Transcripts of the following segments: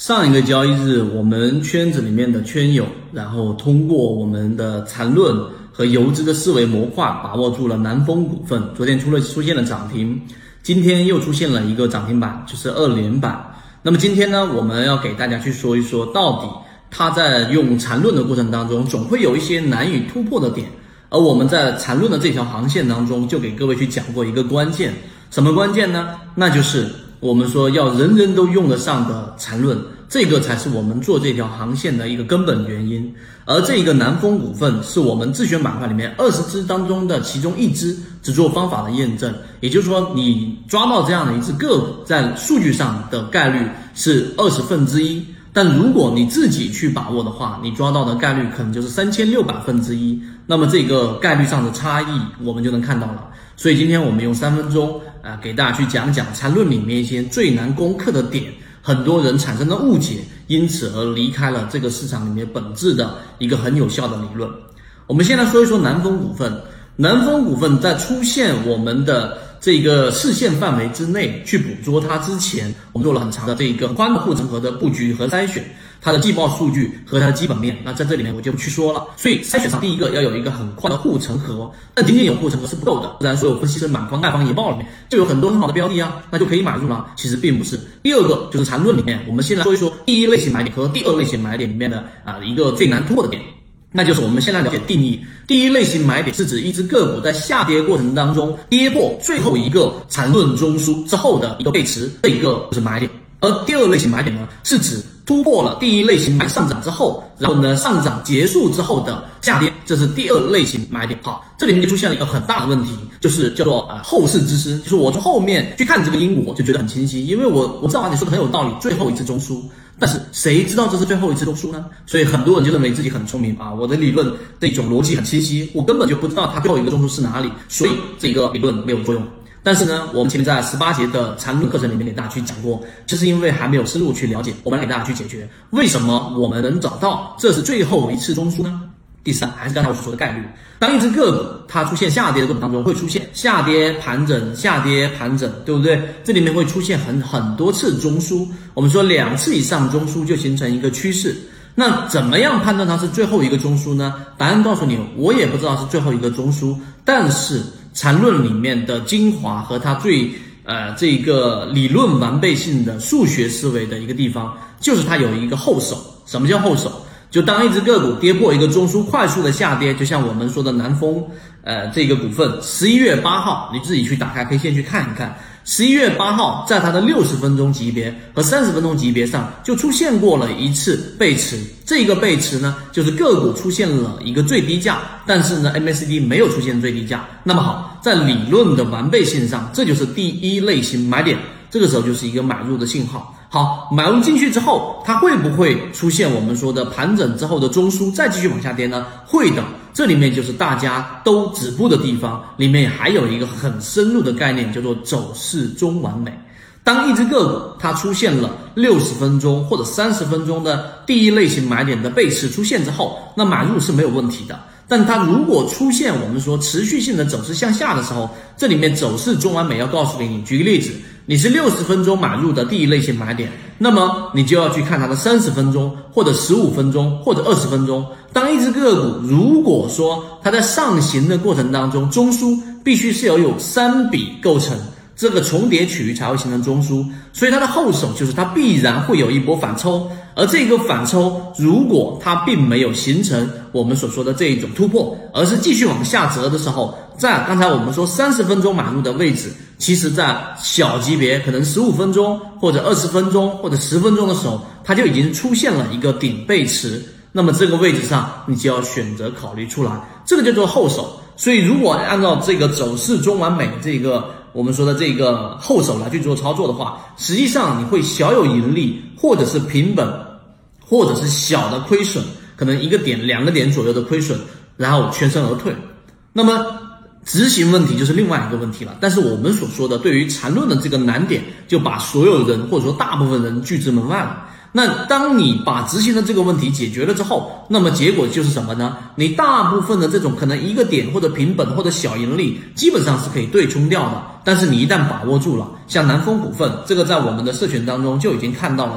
上一个交易日，我们圈子里面的圈友，然后通过我们的缠论和游资的思维模块，把握住了南风股份。昨天出现了涨停，今天又出现了一个涨停板，就是2连板。那么今天呢，我们要给大家去说一说，到底它在用缠论的过程当中，总会有一些难以突破的点。而我们在缠论的这条航线当中，就给各位去讲过一个关键，什么关键呢？那就是我们说要人人都用得上的缠论，这个才是我们做这条航线的一个根本原因。而这个南风股份是我们自选板块里面20只当中的其中1只，只做方法的验证。也就是说，你抓到这样的一只个股，在数据上的概率是1/20，但如果你自己去把握的话，你抓到的概率可能就是3600%。那么这个概率上的差异，我们就能看到了。所以今天我们用3分钟给大家去讲讲缠论里面一些最难攻克的点，很多人产生的误解，因此而离开了这个市场里面本质的一个很有效的理论。我们先来说一说南风股份。南风股份在出现我们的这个视线范围之内去捕捉它之前，我们做了很长的这个宽的护城河的布局和筛选，它的季报数据和它的基本面，那在这里面我就不去说了。所以筛选上第一个要有一个很宽的护城河，但仅仅有护城河是不够的，不然所有分析师满方卖方研报里面就有很多很好的标的啊，那就可以买入了。其实并不是。第二个就是缠论里面，我们先来说一说第一类型买点和第二类型买点里面的一个最难突破的点。那就是我们先来了解定义。第一类型买点是指一只个股在下跌过程当中跌破最后一个缠论中枢之后的一个背驰，这一个就是买点。而第二类型买点呢，是指突破了第一类型买点上涨之后，然后呢上涨结束之后的下跌，这是第二类型买点。好，这里面就出现了一个很大的问题，就是叫做后世之师，就是我从后面去看这个因果就觉得很清晰，因为我知道你说的很有道理，最后一次中枢。但是谁知道这是最后一次中枢呢？所以很多人就认为自己很聪明啊，我的理论这种逻辑很清晰，我根本就不知道它最后一个中枢是哪里，所以这个理论没有作用。但是呢，我们前面在18节的缠论课程里面给大家去讲过，就是因为还没有深入去了解，我们来给大家去解决为什么我们能找到这是最后一次中枢呢？第三，还是刚才我所说的概率，当一只个股它出现下跌的过程当中，会出现下跌盘整，下跌盘整，对不对？这里面会出现很多次中枢，我们说2次以上中枢就形成一个趋势。那怎么样判断它是最后一个中枢呢？答案告诉你，我也不知道是最后一个中枢，但是缠论里面的精华和它最这个理论完备性的数学思维的一个地方，就是它有一个后手。什么叫后手？就当一只个股跌破一个中枢快速的下跌，就像我们说的南风这个股份11月8号，你自己去打开 K 线去看一看，11月8号在它的60分钟级别和30分钟级别上就出现过了一次背驰。这个背驰呢，就是个股出现了一个最低价，但是呢 MACD 没有出现最低价。那么好，在理论的完备性上，这就是第一类型买点，这个时候就是一个买入的信号。好，买入进去之后，它会不会出现我们说的盘整之后的中枢再继续往下跌呢？会的。这里面就是大家都止步的地方，里面还有一个很深入的概念，叫做走势中完美。当一只个股它出现了60分钟或者30分钟的第一类型买点的背驰出现之后，那买入是没有问题的。但它如果出现我们说持续性的走势向下的时候，这里面走势中完美要告诉你，举个例子，你是60分钟买入的第一类型买点，那么你就要去看它的30分钟或者15分钟或者20分钟。当一只个股如果说它在上行的过程当中，中枢必须是有3笔构成，这个重叠区域才会形成中枢，所以它的后手就是它必然会有一波反抽，而这个反抽如果它并没有形成我们所说的这一种突破，而是继续往下折的时候，在刚才我们说30分钟买入的位置，其实在小级别可能15分钟或者20分钟或者10分钟的时候，它就已经出现了一个顶背驰，那么这个位置上你就要选择考虑出来，这个叫做后手。所以如果按照这个走势中完美这个我们说的这个后手来去做操作的话，实际上你会小有盈利，或者是平本，或者是小的亏损，可能1个点2个点左右的亏损，然后全身而退。那么执行问题就是另外一个问题了。但是我们所说的对于缠论的这个难点，就把所有人或者说大部分人拒之门外了。那当你把执行的这个问题解决了之后，那么结果就是什么呢？你大部分的这种可能1个点或者平本或者小盈利基本上是可以对冲掉的。但是你一旦把握住了，像南风股份这个在我们的社群当中就已经看到了的，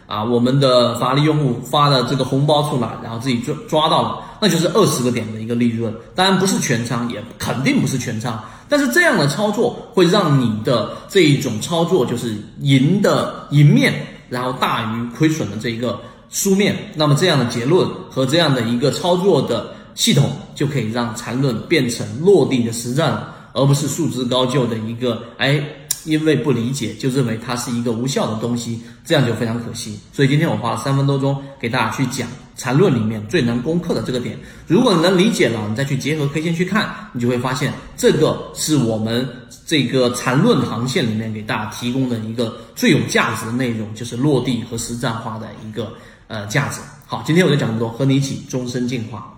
我们的法律用户发了这个红包出来，然后自己抓到了，那就是20个点的一个利润。当然不是全仓，也肯定不是全仓，但是这样的操作会让你的这一种操作就是赢面，然后大于亏损的这一个输面。那么这样的结论和这样的一个操作的系统，就可以让缠论变成落地的实战了，而不是束之高就的一个因为不理解就认为它是一个无效的东西，这样就非常可惜。所以今天我花了3分多钟给大家去讲缠论里面最难攻克的这个点。如果你能理解了，你再去结合 K 线去看，你就会发现这个是我们这个缠论航线里面给大家提供的一个最有价值的内容，就是落地和实战化的一个价值。好，今天我就讲这么多，和你一起终身进化。